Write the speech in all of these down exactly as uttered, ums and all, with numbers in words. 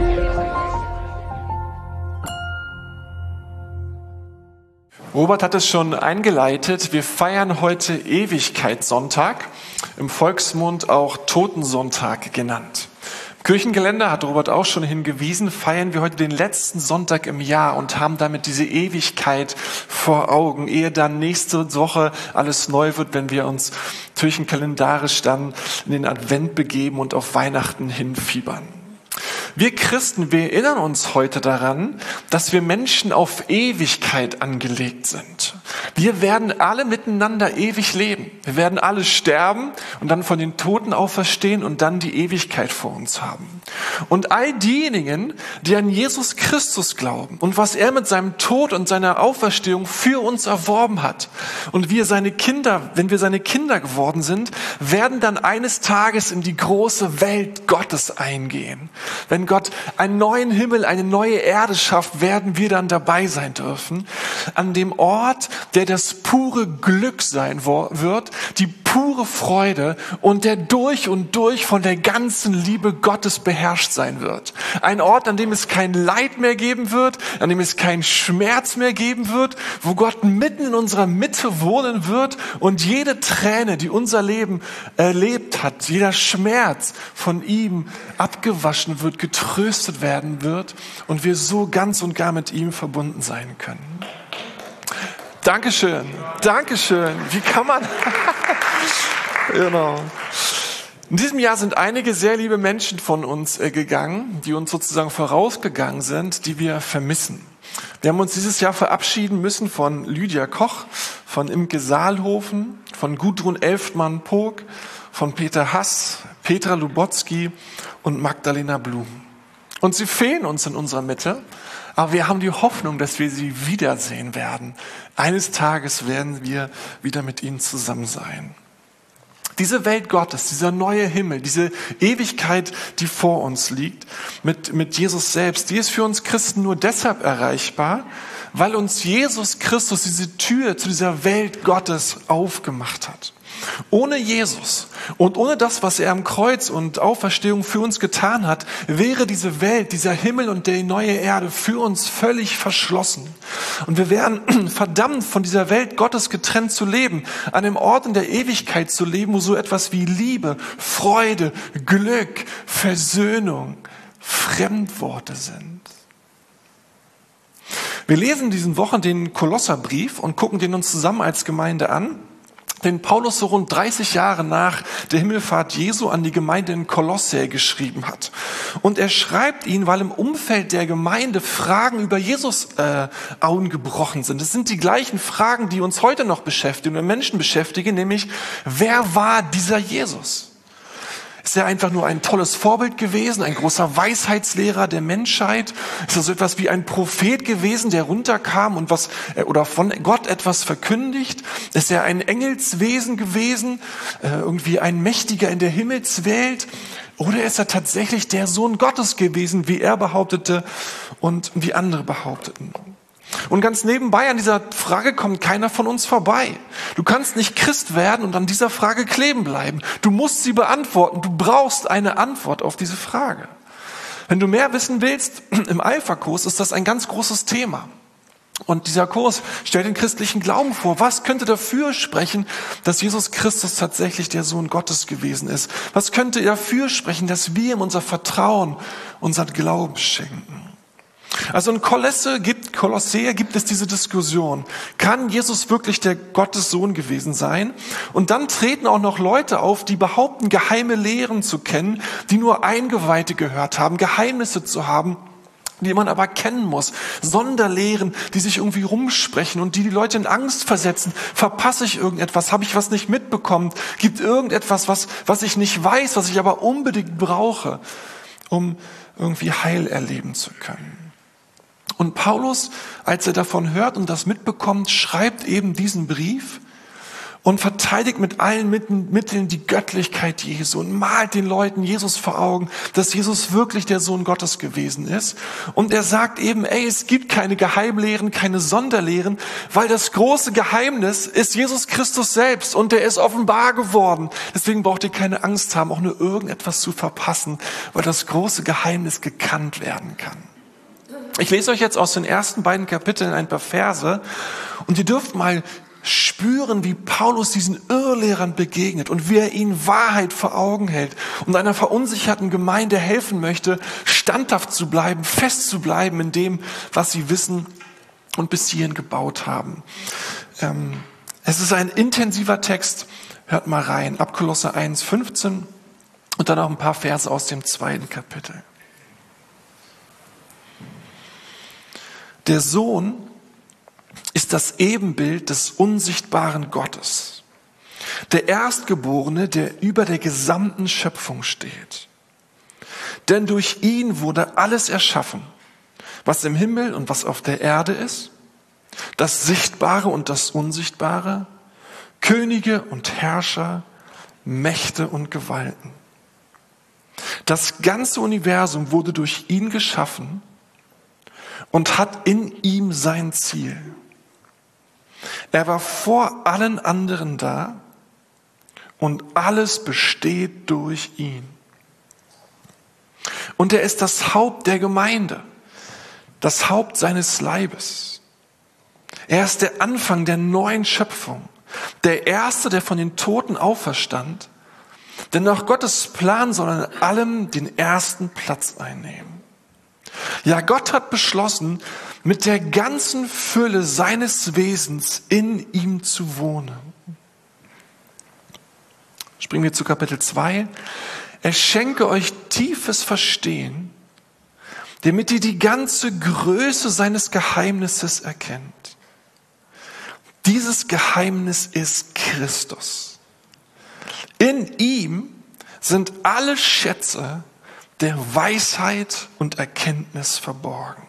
Robert hat es schon eingeleitet. Wir feiern heute Ewigkeitssonntag, im Volksmund auch Totensonntag genannt. Im Kirchenkalender, hat Robert auch schon hingewiesen, feiern wir heute den letzten Sonntag im Jahr und haben damit diese Ewigkeit vor Augen, ehe dann nächste Woche alles neu wird, wenn wir uns kirchenkalendarisch dann in den Advent begeben und auf Weihnachten hinfiebern. Wir Christen, wir erinnern uns heute daran, dass wir Menschen auf Ewigkeit angelegt sind. Wir werden alle miteinander ewig leben. Wir werden alle sterben und dann von den Toten auferstehen und dann die Ewigkeit vor uns haben. Und all diejenigen, die an Jesus Christus glauben und was er mit seinem Tod und seiner Auferstehung für uns erworben hat und wir seine Kinder, wenn wir seine Kinder geworden sind, werden dann eines Tages in die große Welt Gottes eingehen. Wenn Gott einen neuen Himmel, eine neue Erde schafft, werden wir dann dabei sein dürfen. An dem Ort, der das pure Glück sein wird, die pure Freude und der durch und durch von der ganzen Liebe Gottes beherrscht sein wird. Ein Ort, an dem es kein Leid mehr geben wird, an dem es keinen Schmerz mehr geben wird, wo Gott mitten in unserer Mitte wohnen wird und jede Träne, die unser Leben erlebt hat, jeder Schmerz von ihm abgewaschen wird, getröstet werden wird und wir so ganz und gar mit ihm verbunden sein können. Dankeschön, Dankeschön. Wie kann man? Genau. In diesem Jahr sind einige sehr liebe Menschen von uns äh, gegangen, die uns sozusagen vorausgegangen sind, die wir vermissen. Wir haben uns dieses Jahr verabschieden müssen von Lydia Koch, von Imke Saalhofen, von Gudrun Elftmann-Pog, von Peter Hass, Petra Lubotzki und Magdalena Blum. Und sie fehlen uns in unserer Mitte, aber wir haben die Hoffnung, dass wir sie wiedersehen werden. Eines Tages werden wir wieder mit ihnen zusammen sein. Diese Welt Gottes, dieser neue Himmel, diese Ewigkeit, die vor uns liegt, mit, mit Jesus selbst, die ist für uns Christen nur deshalb erreichbar, weil uns Jesus Christus diese Tür zu dieser Welt Gottes aufgemacht hat. Ohne Jesus und ohne das, was er am Kreuz und Auferstehung für uns getan hat, wäre diese Welt, dieser Himmel und die neue Erde für uns völlig verschlossen. Und wir wären verdammt, von dieser Welt Gottes getrennt zu leben, an dem Ort in der Ewigkeit zu leben, wo so etwas wie Liebe, Freude, Glück, Versöhnung Fremdworte sind. Wir lesen diesen Wochen den Kolosserbrief und gucken den uns zusammen als Gemeinde an, den Paulus so rund dreißig Jahre nach der Himmelfahrt Jesu an die Gemeinde in Kolossä geschrieben hat. Und er schreibt ihn, weil im Umfeld der Gemeinde Fragen über Jesus äh, Auen gebrochen sind. Es sind die gleichen Fragen, die uns heute noch beschäftigen und Menschen beschäftigen, nämlich, wer war dieser Jesus? Ist er einfach nur ein tolles Vorbild gewesen, ein großer Weisheitslehrer der Menschheit? Ist er so etwas wie ein Prophet gewesen, der runterkam und was oder von Gott etwas verkündigt? Ist er ein Engelswesen gewesen, irgendwie ein Mächtiger in der Himmelswelt? Oder ist er tatsächlich der Sohn Gottes gewesen, wie er behauptete und wie andere behaupteten? Und ganz nebenbei an dieser Frage kommt keiner von uns vorbei. Du kannst nicht Christ werden und an dieser Frage kleben bleiben. Du musst sie beantworten. Du brauchst eine Antwort auf diese Frage. Wenn du mehr wissen willst, im Alpha-Kurs ist das ein ganz großes Thema. Und dieser Kurs stellt den christlichen Glauben vor. Was könnte dafür sprechen, dass Jesus Christus tatsächlich der Sohn Gottes gewesen ist? Was könnte dafür sprechen, dass wir ihm unser Vertrauen, unseren Glauben schenken? Also in Kolosse gibt, Kolossä gibt es diese Diskussion. Kann Jesus wirklich der Gottessohn gewesen sein? Und dann treten auch noch Leute auf, die behaupten, geheime Lehren zu kennen, die nur Eingeweihte gehört haben, Geheimnisse zu haben, die man aber kennen muss. Sonderlehren, die sich irgendwie rumsprechen und die die Leute in Angst versetzen. Verpasse ich irgendetwas? Habe ich was nicht mitbekommen? Gibt irgendetwas, was, was ich nicht weiß, was ich aber unbedingt brauche, um irgendwie Heil erleben zu können? Und Paulus, als er davon hört und das mitbekommt, schreibt eben diesen Brief und verteidigt mit allen Mitteln die Göttlichkeit Jesu und malt den Leuten Jesus vor Augen, dass Jesus wirklich der Sohn Gottes gewesen ist. Und er sagt eben, ey, es gibt keine Geheimlehren, keine Sonderlehren, weil das große Geheimnis ist Jesus Christus selbst und der ist offenbar geworden. Deswegen braucht ihr keine Angst haben, auch nur irgendetwas zu verpassen, weil das große Geheimnis gekannt werden kann. Ich lese euch jetzt aus den ersten beiden Kapiteln ein paar Verse und ihr dürft mal spüren, wie Paulus diesen Irrlehrern begegnet und wie er ihnen Wahrheit vor Augen hält und einer verunsicherten Gemeinde helfen möchte, standhaft zu bleiben, fest zu bleiben in dem, was sie wissen und bis hierhin gebaut haben. Ähm, es ist ein intensiver Text, hört mal rein, ab Kolosser eins, fünfzehn und dann auch ein paar Verse aus dem zweiten Kapitel. Der Sohn ist das Ebenbild des unsichtbaren Gottes. Der Erstgeborene, der über der gesamten Schöpfung steht. Denn durch ihn wurde alles erschaffen, was im Himmel und was auf der Erde ist, das Sichtbare und das Unsichtbare, Könige und Herrscher, Mächte und Gewalten. Das ganze Universum wurde durch ihn geschaffen und hat in ihm sein Ziel. Er war vor allen anderen da und alles besteht durch ihn. Und er ist das Haupt der Gemeinde, das Haupt seines Leibes. Er ist der Anfang der neuen Schöpfung, der Erste, der von den Toten auferstand, denn nach Gottes Plan soll er in allem den ersten Platz einnehmen. Ja, Gott hat beschlossen, mit der ganzen Fülle seines Wesens in ihm zu wohnen. Springen wir zu Kapitel zwei. Er schenke euch tiefes Verstehen, damit ihr die ganze Größe seines Geheimnisses erkennt. Dieses Geheimnis ist Christus. In ihm sind alle Schätze der Weisheit und Erkenntnis verborgen.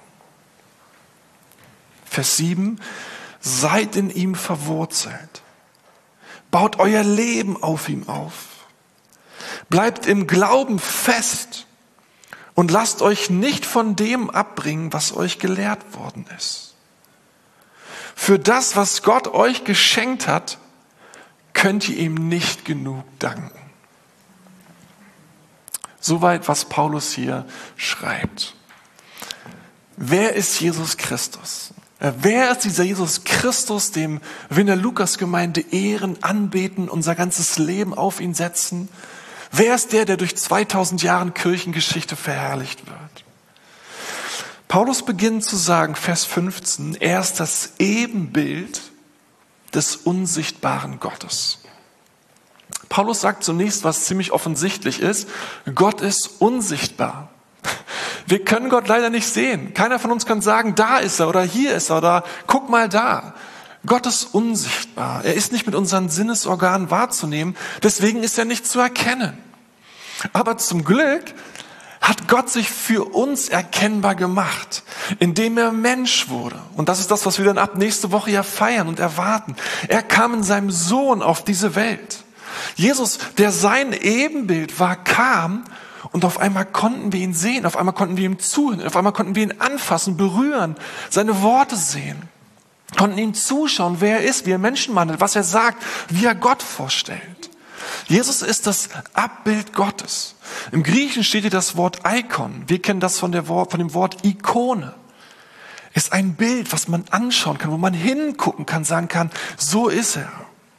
Vers sieben, seid in ihm verwurzelt. Baut euer Leben auf ihm auf. Bleibt im Glauben fest und lasst euch nicht von dem abbringen, was euch gelehrt worden ist. Für das, was Gott euch geschenkt hat, könnt ihr ihm nicht genug danken. Soweit, was Paulus hier schreibt. Wer ist Jesus Christus? Wer ist dieser Jesus Christus, dem wir in der Lukas-Gemeinde ehren, anbeten, unser ganzes Leben auf ihn setzen? Wer ist der, der durch zweitausend Jahre Kirchengeschichte verherrlicht wird? Paulus beginnt zu sagen, Vers fünfzehn, er ist das Ebenbild des unsichtbaren Gottes. Paulus sagt zunächst, was ziemlich offensichtlich ist, Gott ist unsichtbar. Wir können Gott leider nicht sehen. Keiner von uns kann sagen, da ist er oder hier ist er oder guck mal da. Gott ist unsichtbar. Er ist nicht mit unseren Sinnesorganen wahrzunehmen, deswegen ist er nicht zu erkennen. Aber zum Glück hat Gott sich für uns erkennbar gemacht, indem er Mensch wurde. Und das ist das, was wir dann ab nächste Woche ja feiern und erwarten. Er kam in seinem Sohn auf diese Welt. Jesus, der sein Ebenbild war, kam und auf einmal konnten wir ihn sehen, auf einmal konnten wir ihm zuhören, auf einmal konnten wir ihn anfassen, berühren, seine Worte sehen, konnten ihm zuschauen, wer er ist, wie er Menschen wandelt, was er sagt, wie er Gott vorstellt. Jesus ist das Abbild Gottes. Im Griechischen steht hier das Wort Icon. Wir kennen das von, der Wort, von dem Wort Ikone. Ist ein Bild, was man anschauen kann, wo man hingucken kann, sagen kann, so ist er.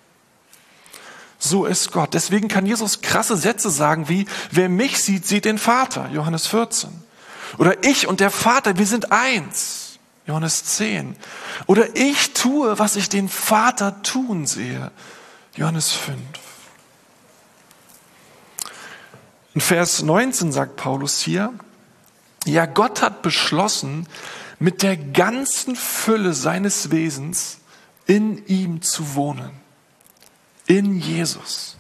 So ist Gott. Deswegen kann Jesus krasse Sätze sagen wie, wer mich sieht, sieht den Vater, Johannes vierzehn. Oder ich und der Vater, wir sind eins, Johannes zehn. Oder ich tue, was ich den Vater tun sehe, Johannes fünf. In Vers neunzehn sagt Paulus hier, ja, Gott hat beschlossen, mit der ganzen Fülle seines Wesens in ihm zu wohnen. In Jesus.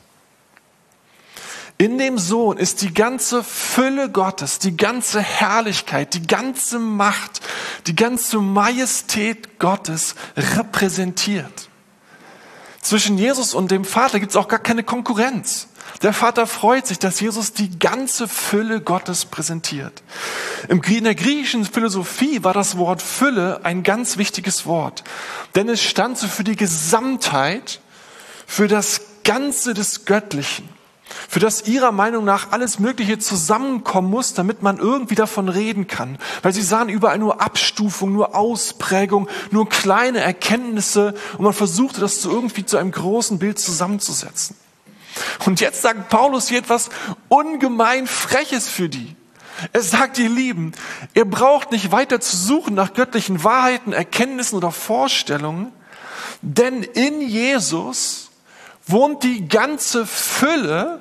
In dem Sohn ist die ganze Fülle Gottes, die ganze Herrlichkeit, die ganze Macht, die ganze Majestät Gottes repräsentiert. Zwischen Jesus und dem Vater gibt es auch gar keine Konkurrenz. Der Vater freut sich, dass Jesus die ganze Fülle Gottes präsentiert. In der griechischen Philosophie war das Wort Fülle ein ganz wichtiges Wort. Denn es stand so für die Gesamtheit, für das Ganze des Göttlichen. Für das ihrer Meinung nach alles Mögliche zusammenkommen muss, damit man irgendwie davon reden kann. Weil sie sahen überall nur Abstufung, nur Ausprägung, nur kleine Erkenntnisse und man versuchte das zu irgendwie zu einem großen Bild zusammenzusetzen. Und jetzt sagt Paulus hier etwas ungemein Freches für die. Er sagt, ihr Lieben, ihr braucht nicht weiter zu suchen nach göttlichen Wahrheiten, Erkenntnissen oder Vorstellungen, denn in Jesus wohnt die ganze Fülle,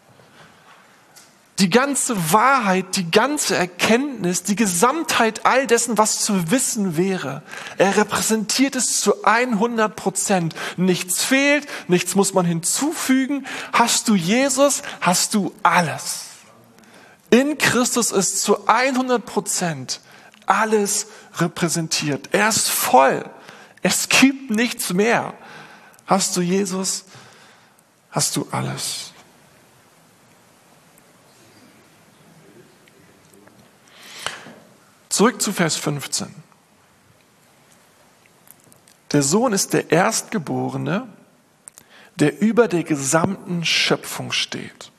die ganze Wahrheit, die ganze Erkenntnis, die Gesamtheit all dessen, was zu wissen wäre. Er repräsentiert es zu hundert Prozent. Nichts fehlt, nichts muss man hinzufügen. Hast du Jesus, hast du alles. In Christus ist zu hundert Prozent alles repräsentiert. Er ist voll. Es gibt nichts mehr. Hast du Jesus, hast du alles. Zurück zu Vers fünfzehn. Der Sohn ist der Erstgeborene, der über der gesamten Schöpfung steht.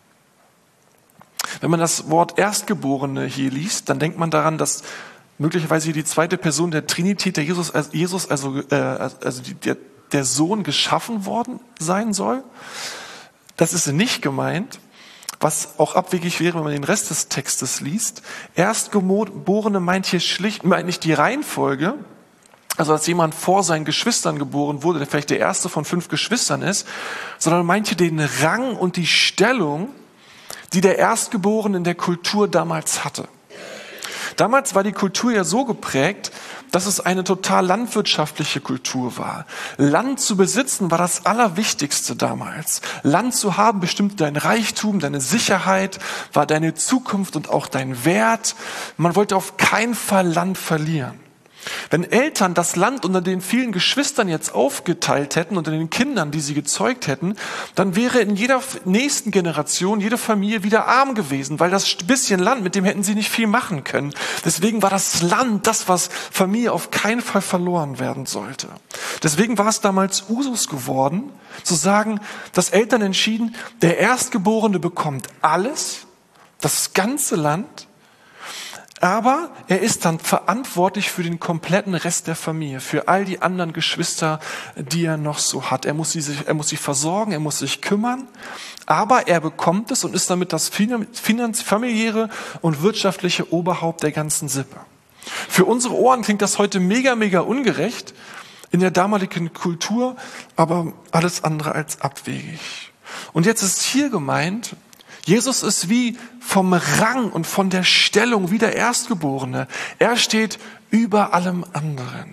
Wenn man das Wort Erstgeborene hier liest, dann denkt man daran, dass möglicherweise hier die zweite Person der Trinität, der Jesus, Jesus also, äh, also die, der, der Sohn geschaffen worden sein soll. Das ist nicht gemeint. Was auch abwegig wäre, wenn man den Rest des Textes liest. Erstgeborene meint hier schlicht, meint nicht die Reihenfolge, also dass jemand vor seinen Geschwistern geboren wurde, der vielleicht der erste von fünf Geschwistern ist, sondern meint hier den Rang und die Stellung, die der Erstgeborene in der Kultur damals hatte. Damals war die Kultur ja so geprägt, dass es eine total landwirtschaftliche Kultur war. Land zu besitzen war das Allerwichtigste damals. Land zu haben bestimmte dein Reichtum, deine Sicherheit, war deine Zukunft und auch dein Wert. Man wollte auf keinen Fall Land verlieren. Wenn Eltern das Land unter den vielen Geschwistern jetzt aufgeteilt hätten, unter den Kindern, die sie gezeugt hätten, dann wäre in jeder nächsten Generation jede Familie wieder arm gewesen, weil das bisschen Land, mit dem hätten sie nicht viel machen können. Deswegen war das Land das, was Familie auf keinen Fall verloren werden sollte. Deswegen war es damals Usus geworden, zu sagen, dass Eltern entschieden, der Erstgeborene bekommt alles, das ganze Land, aber er ist dann verantwortlich für den kompletten Rest der Familie, für all die anderen Geschwister, die er noch so hat. Er muss sie, er muss sie versorgen, er muss sich kümmern, aber er bekommt es und ist damit das finanz-, familiäre und wirtschaftliche Oberhaupt der ganzen Sippe. Für unsere Ohren klingt das heute mega, mega ungerecht in der damaligen Kultur, aber alles andere als abwegig. Und jetzt ist hier gemeint, Jesus ist wie vom Rang und von der Stellung wie der Erstgeborene. Er steht über allem anderen.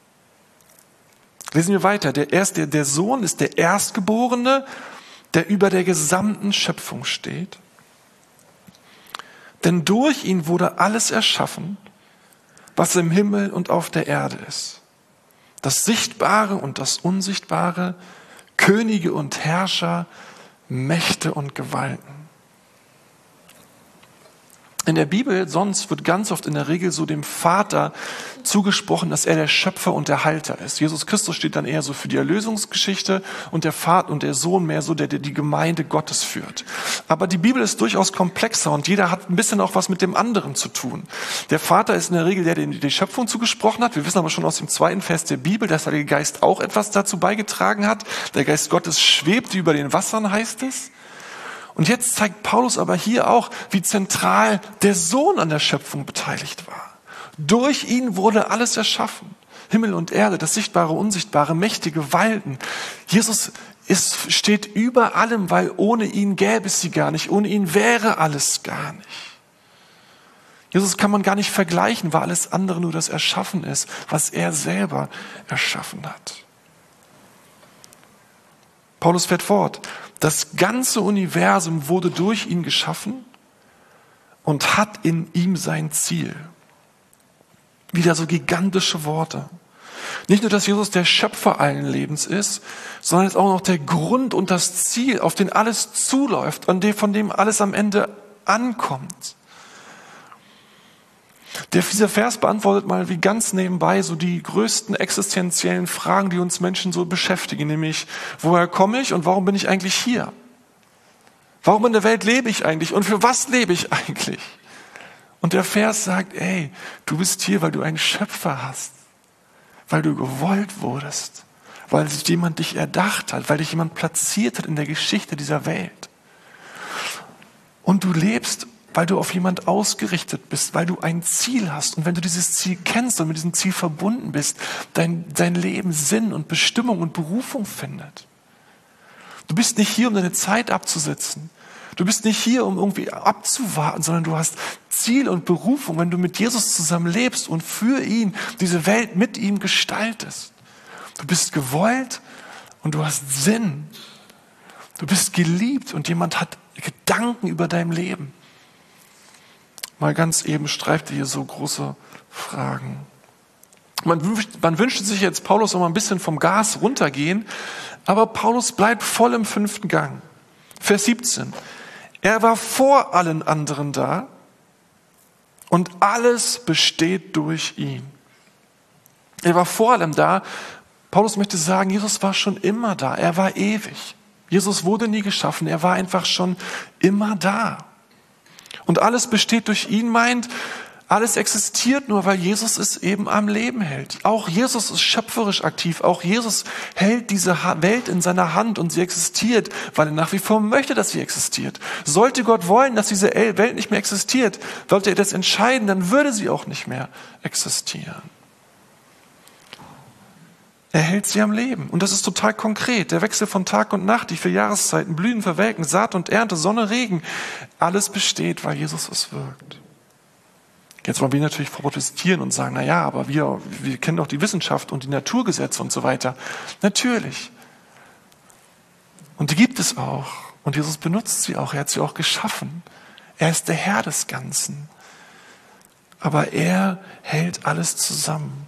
Lesen wir weiter. Der, Erst, der, der Sohn ist der Erstgeborene, der über der gesamten Schöpfung steht. Denn durch ihn wurde alles erschaffen, was im Himmel und auf der Erde ist. Das Sichtbare und das Unsichtbare, Könige und Herrscher, Mächte und Gewalten. In der Bibel sonst wird ganz oft in der Regel so dem Vater zugesprochen, dass er der Schöpfer und der Halter ist. Jesus Christus steht dann eher so für die Erlösungsgeschichte und der Vater und der Sohn mehr so, der, der die Gemeinde Gottes führt. Aber die Bibel ist durchaus komplexer und jeder hat ein bisschen auch was mit dem anderen zu tun. Der Vater ist in der Regel der, der die Schöpfung zugesprochen hat. Wir wissen aber schon aus dem zweiten Vers der Bibel, dass der Heilige Geist auch etwas dazu beigetragen hat. Der Geist Gottes schwebt über den Wassern, heißt es. Und jetzt zeigt Paulus aber hier auch, wie zentral der Sohn an der Schöpfung beteiligt war. Durch ihn wurde alles erschaffen. Himmel und Erde, das Sichtbare, Unsichtbare, mächtige Gewalten. Jesus ist, steht über allem, weil ohne ihn gäbe es sie gar nicht. Ohne ihn wäre alles gar nicht. Jesus kann man gar nicht vergleichen, weil alles andere nur das Erschaffen ist, was er selber erschaffen hat. Paulus fährt fort. Das ganze Universum wurde durch ihn geschaffen und hat in ihm sein Ziel. Wieder so gigantische Worte. Nicht nur, dass Jesus der Schöpfer allen Lebens ist, sondern ist auch noch der Grund und das Ziel, auf den alles zuläuft, an dem, von dem alles am Ende ankommt. Der, dieser Vers beantwortet mal wie ganz nebenbei so die größten existenziellen Fragen, die uns Menschen so beschäftigen, nämlich, woher komme ich und warum bin ich eigentlich hier? Warum in der Welt lebe ich eigentlich und für was lebe ich eigentlich? Und der Vers sagt, ey, du bist hier, weil du einen Schöpfer hast, weil du gewollt wurdest, weil sich jemand dich erdacht hat, weil dich jemand platziert hat in der Geschichte dieser Welt. Und du lebst, weil du auf jemand ausgerichtet bist, weil du ein Ziel hast. Und wenn du dieses Ziel kennst und mit diesem Ziel verbunden bist, dein, dein Leben Sinn und Bestimmung und Berufung findet. Du bist nicht hier, um deine Zeit abzusitzen. Du bist nicht hier, um irgendwie abzuwarten, sondern du hast Ziel und Berufung, wenn du mit Jesus zusammen lebst und für ihn diese Welt mit ihm gestaltest. Du bist gewollt und du hast Sinn. Du bist geliebt und jemand hat Gedanken über dein Leben. Mal ganz eben streift er hier so große Fragen. Man wünscht, man wünscht sich jetzt, Paulus soll mal ein bisschen vom Gas runtergehen, aber Paulus bleibt voll im fünften Gang. Vers siebzehn. Er war vor allen anderen da und alles besteht durch ihn. Er war vor allem da. Paulus möchte sagen, Jesus war schon immer da. Er war ewig. Jesus wurde nie geschaffen. Er war einfach schon immer da. Und alles besteht durch ihn meint, alles existiert nur, weil Jesus es eben am Leben hält. Auch Jesus ist schöpferisch aktiv. Auch Jesus hält diese Welt in seiner Hand und sie existiert, weil er nach wie vor möchte, dass sie existiert. Sollte Gott wollen, dass diese Welt nicht mehr existiert, sollte er das entscheiden, dann würde sie auch nicht mehr existieren. Er hält sie am Leben. Und das ist total konkret. Der Wechsel von Tag und Nacht, die vier Jahreszeiten, Blühen, Verwelken, Saat und Ernte, Sonne, Regen. Alles besteht, weil Jesus es wirkt. Jetzt wollen wir natürlich protestieren und sagen, na ja, aber wir, wir kennen doch die Wissenschaft und die Naturgesetze und so weiter. Natürlich. Und die gibt es auch. Und Jesus benutzt sie auch. Er hat sie auch geschaffen. Er ist der Herr des Ganzen. Aber er hält alles zusammen.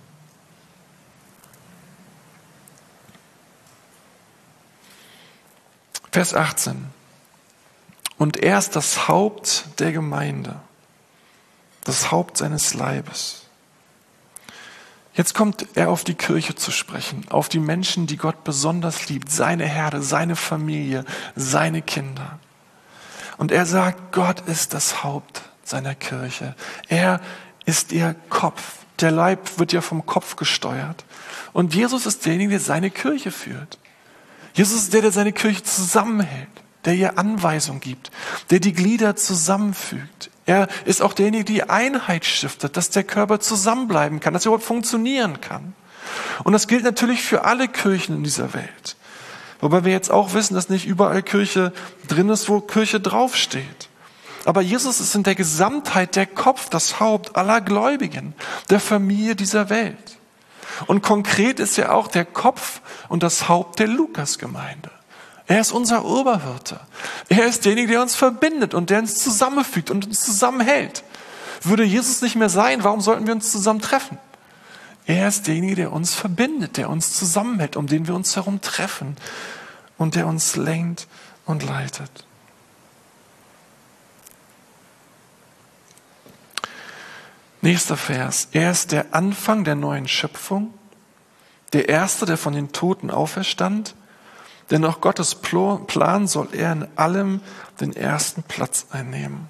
Vers achtzehn. Und er ist das Haupt der Gemeinde. Das Haupt seines Leibes. Jetzt kommt er auf die Kirche zu sprechen, auf die Menschen, die Gott besonders liebt, seine Herde, seine Familie, seine Kinder. Und er sagt, Gott ist das Haupt seiner Kirche. Er ist ihr Kopf. Der Leib wird ja vom Kopf gesteuert. Und Jesus ist derjenige, der seine Kirche führt. Jesus ist der, der seine Kirche zusammenhält, der ihr Anweisung gibt, der die Glieder zusammenfügt. Er ist auch derjenige, der die Einheit stiftet, dass der Körper zusammenbleiben kann, dass er überhaupt funktionieren kann. Und das gilt natürlich für alle Kirchen in dieser Welt. Wobei wir jetzt auch wissen, dass nicht überall Kirche drin ist, wo Kirche draufsteht. Aber Jesus ist in der Gesamtheit der Kopf, das Haupt aller Gläubigen, der Familie dieser Welt. Und konkret ist er auch der Kopf und das Haupt der Lukasgemeinde. Er ist unser Oberhirte. Er ist derjenige, der uns verbindet und der uns zusammenfügt und uns zusammenhält. Würde Jesus nicht mehr sein, warum sollten wir uns zusammen treffen? Er ist derjenige, der uns verbindet, der uns zusammenhält, um den wir uns herum treffen und der uns lenkt und leitet. Nächster Vers. Er ist der Anfang der neuen Schöpfung, der Erste, der von den Toten auferstand, denn nach Gottes Plan soll er in allem den ersten Platz einnehmen.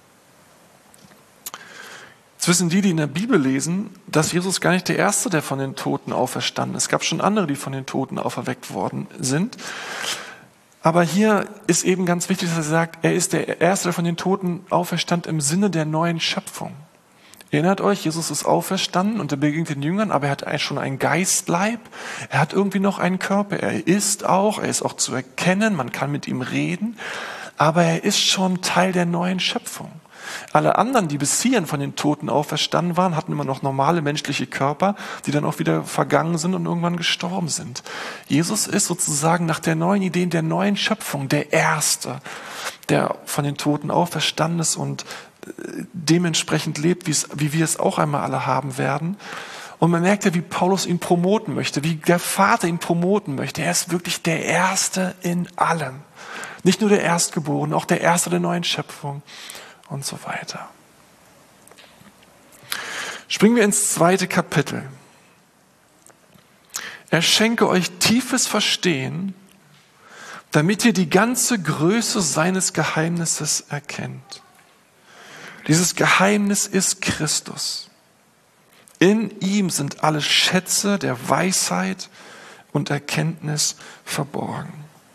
Jetzt wissen die, die in der Bibel lesen, dass Jesus gar nicht der Erste, der von den Toten auferstanden ist. Es gab schon andere, die von den Toten auferweckt worden sind. Aber hier ist eben ganz wichtig, dass er sagt, er ist der Erste, der von den Toten auferstand im Sinne der neuen Schöpfung. Erinnert euch, Jesus ist auferstanden und er begegnet den Jüngern, aber er hat eigentlich schon einen Geistleib, er hat irgendwie noch einen Körper, er ist auch, er ist auch zu erkennen, man kann mit ihm reden, aber er ist schon Teil der neuen Schöpfung. Alle anderen, die bis hierhin von den Toten auferstanden waren, hatten immer noch normale menschliche Körper, die dann auch wieder vergangen sind und irgendwann gestorben sind. Jesus ist sozusagen nach der neuen Idee der neuen Schöpfung der Erste, der von den Toten auferstanden ist und dementsprechend lebt, wie wir es auch einmal alle haben werden. Und man merkt ja, wie Paulus ihn promoten möchte, wie der Vater ihn promoten möchte. Er ist wirklich der Erste in allem. Nicht nur der Erstgeborene, auch der Erste der neuen Schöpfung und so weiter. Springen wir ins zweite Kapitel. Er schenke euch tiefes Verstehen, damit ihr die ganze Größe seines Geheimnisses erkennt. Dieses Geheimnis ist Christus. In ihm sind alle Schätze der Weisheit und Erkenntnis verborgen.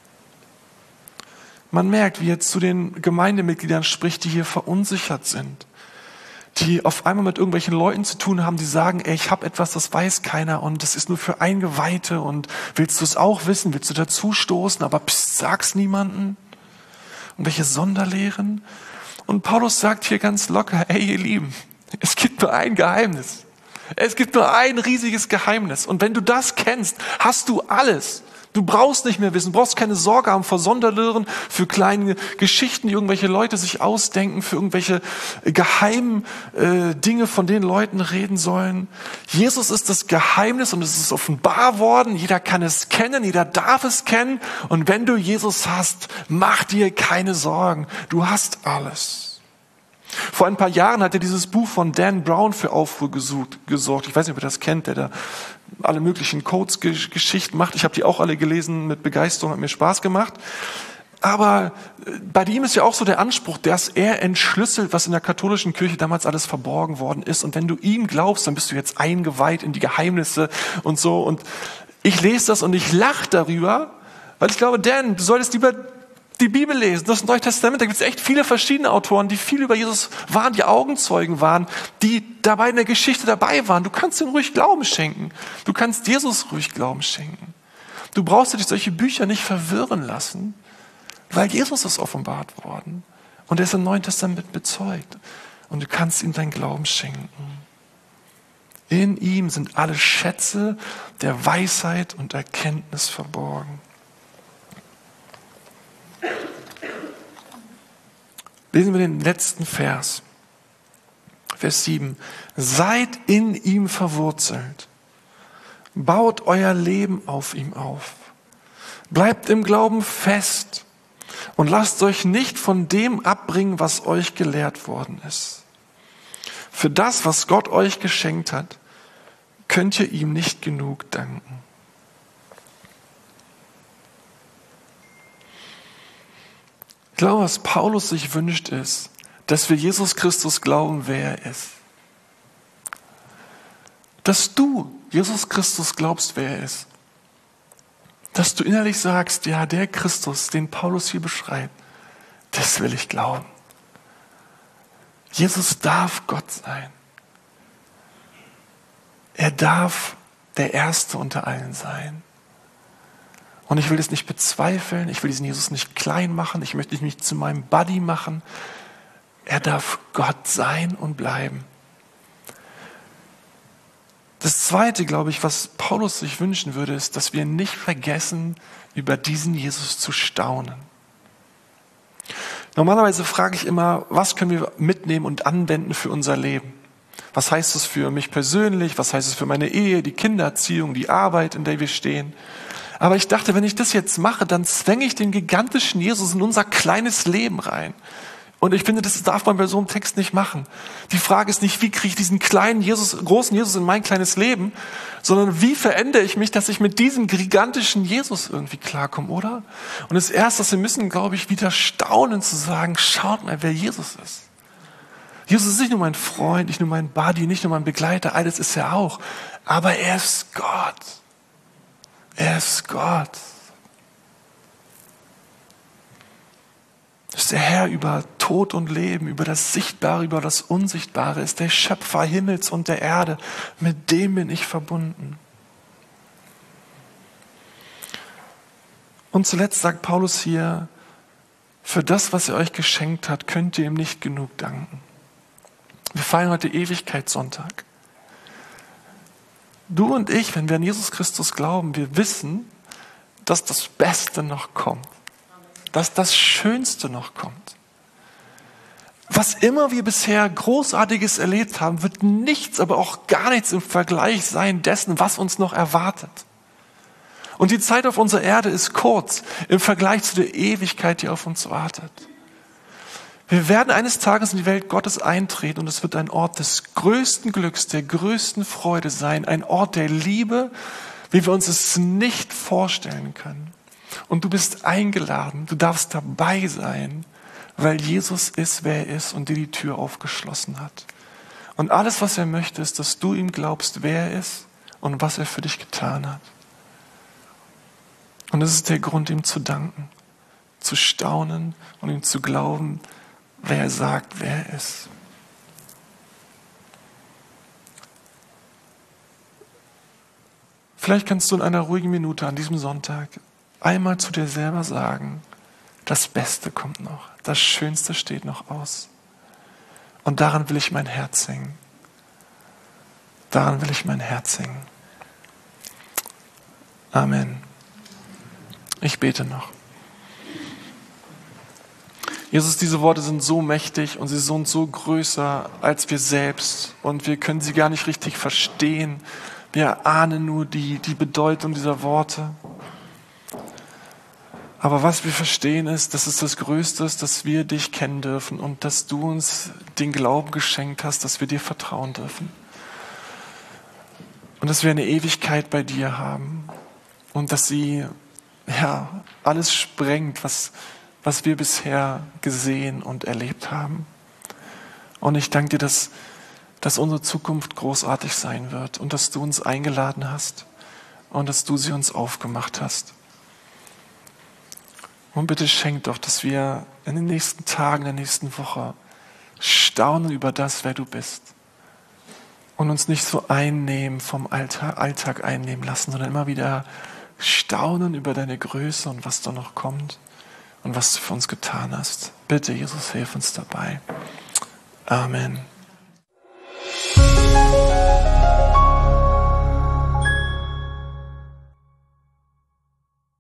Man merkt, wie er zu den Gemeindemitgliedern spricht, die hier verunsichert sind, die auf einmal mit irgendwelchen Leuten zu tun haben, die sagen, ey, ich habe etwas, das weiß keiner und das ist nur für Eingeweihte und willst du es auch wissen, willst du dazu stoßen, aber pst, sag's niemanden. Und welche Sonderlehren. Und Paulus sagt hier ganz locker, ey ihr Lieben, es gibt nur ein Geheimnis. Es gibt nur ein riesiges Geheimnis. Und wenn du das kennst, hast du alles. Du brauchst nicht mehr wissen, brauchst keine Sorge haben vor Sonderlehren, für kleine Geschichten, die irgendwelche Leute sich ausdenken, für irgendwelche geheimen äh, Dinge, von denen Leuten reden sollen. Jesus ist das Geheimnis und es ist offenbar worden. Jeder kann es kennen, jeder darf es kennen. Und wenn du Jesus hast, mach dir keine Sorgen. Du hast alles. Vor ein paar Jahren hat er dieses Buch von Dan Brown für Aufruhr gesucht, gesorgt. Ich weiß nicht, ob ihr das kennt, der da alle möglichen Codes-Geschichten macht. Ich habe die auch alle gelesen mit Begeisterung, hat mir Spaß gemacht. Aber bei ihm ist ja auch so der Anspruch, dass er entschlüsselt, was in der katholischen Kirche damals alles verborgen worden ist. Und wenn du ihm glaubst, dann bist du jetzt eingeweiht in die Geheimnisse und so. Und ich lese das und ich lache darüber, weil ich glaube, Dan, du solltest lieber die Bibel lesen, das Neue Testament, da gibt es echt viele verschiedene Autoren, die viel über Jesus waren, die Augenzeugen waren, die dabei in der Geschichte dabei waren. Du kannst ihm ruhig Glauben schenken. Du kannst Jesus ruhig Glauben schenken. Du brauchst dir durch solche Bücher nicht verwirren lassen, weil Jesus ist offenbart worden. Und er ist im Neuen Testament bezeugt. Und du kannst ihm deinen Glauben schenken. In ihm sind alle Schätze der Weisheit und Erkenntnis verborgen. Lesen wir den letzten Vers, Vers sieben. Seid in ihm verwurzelt. Baut euer Leben auf ihm auf. Bleibt im Glauben fest und lasst euch nicht von dem abbringen, was euch gelehrt worden ist. Für das, was Gott euch geschenkt hat, könnt ihr ihm nicht genug danken. Ich glaube, was Paulus sich wünscht, ist, dass wir Jesus Christus glauben, wer er ist. Dass du Jesus Christus glaubst, wer er ist. Dass du innerlich sagst, ja, der Christus, den Paulus hier beschreibt, das will ich glauben. Jesus darf Gott sein. Er darf der Erste unter allen sein. Und ich will das nicht bezweifeln, ich will diesen Jesus nicht klein machen, ich möchte ihn nicht zu meinem Buddy machen. Er darf Gott sein und bleiben. Das Zweite, glaube ich, was Paulus sich wünschen würde, ist, dass wir nicht vergessen, über diesen Jesus zu staunen. Normalerweise frage ich immer, was können wir mitnehmen und anwenden für unser Leben? Was heißt es für mich persönlich? Was heißt es für meine Ehe, die Kindererziehung, die Arbeit, in der wir stehen? Aber ich dachte, wenn ich das jetzt mache, dann zwänge ich den gigantischen Jesus in unser kleines Leben rein. Und ich finde, das darf man bei so einem Text nicht machen. Die Frage ist nicht, wie kriege ich diesen kleinen Jesus, großen Jesus in mein kleines Leben, sondern wie verändere ich mich, dass ich mit diesem gigantischen Jesus irgendwie klarkomme, oder? Und das Erste, was wir müssen, glaube ich, wieder staunen zu sagen, schaut mal, wer Jesus ist. Jesus ist nicht nur mein Freund, nicht nur mein Buddy, nicht nur mein Begleiter, alles ist er auch. Aber er ist Gott. Er ist Gott. Er ist der Herr über Tod und Leben, über das Sichtbare, über das Unsichtbare. Er ist der Schöpfer Himmels und der Erde. Mit dem bin ich verbunden. Und zuletzt sagt Paulus hier, für das, was er euch geschenkt hat, könnt ihr ihm nicht genug danken. Wir feiern heute Ewigkeitssonntag. Du und ich, wenn wir an Jesus Christus glauben, wir wissen, dass das Beste noch kommt. Dass das Schönste noch kommt. was immer wir bisher Großartiges erlebt haben, wird nichts, aber auch gar nichts im Vergleich sein dessen, was uns noch erwartet. Und die Zeit auf unserer Erde ist kurz im Vergleich zu der Ewigkeit, die auf uns wartet. Wir werden eines Tages in die Welt Gottes eintreten und es wird ein Ort des größten Glücks, der größten Freude sein, ein Ort der Liebe, wie wir uns es nicht vorstellen können. Und du bist eingeladen, du darfst dabei sein, weil Jesus ist, wer er ist und dir die Tür aufgeschlossen hat. Und alles, was er möchte, ist, dass du ihm glaubst, wer er ist und was er für dich getan hat. Und das ist der Grund, ihm zu danken, zu staunen und ihm zu glauben, wer er sagt, wer er ist. Vielleicht kannst du in einer ruhigen Minute an diesem Sonntag einmal zu dir selber sagen, das Beste kommt noch, das Schönste steht noch aus. Und daran will ich mein Herz hängen. Daran will ich mein Herz hängen. Amen. Ich bete noch. Jesus, diese Worte sind so mächtig und sie sind so größer als wir selbst und wir können sie gar nicht richtig verstehen. Wir ahnen nur die, die Bedeutung dieser Worte. Aber was wir verstehen ist, dass es das Größte ist, dass wir dich kennen dürfen und dass du uns den Glauben geschenkt hast, dass wir dir vertrauen dürfen. Und dass wir eine Ewigkeit bei dir haben und dass sie ja, alles sprengt, was, was wir bisher gesehen und erlebt haben. Und ich danke dir, dass, dass unsere Zukunft großartig sein wird und dass du uns eingeladen hast und dass du sie uns aufgemacht hast. Und bitte schenk doch, dass wir in den nächsten Tagen, in der nächsten Woche staunen über das, wer du bist. Und uns nicht so einnehmen, vom Alltag, Alltag einnehmen lassen, sondern immer wieder staunen über deine Größe und was da noch kommt und was du für uns getan hast. Bitte, Jesus, hilf uns dabei. Amen.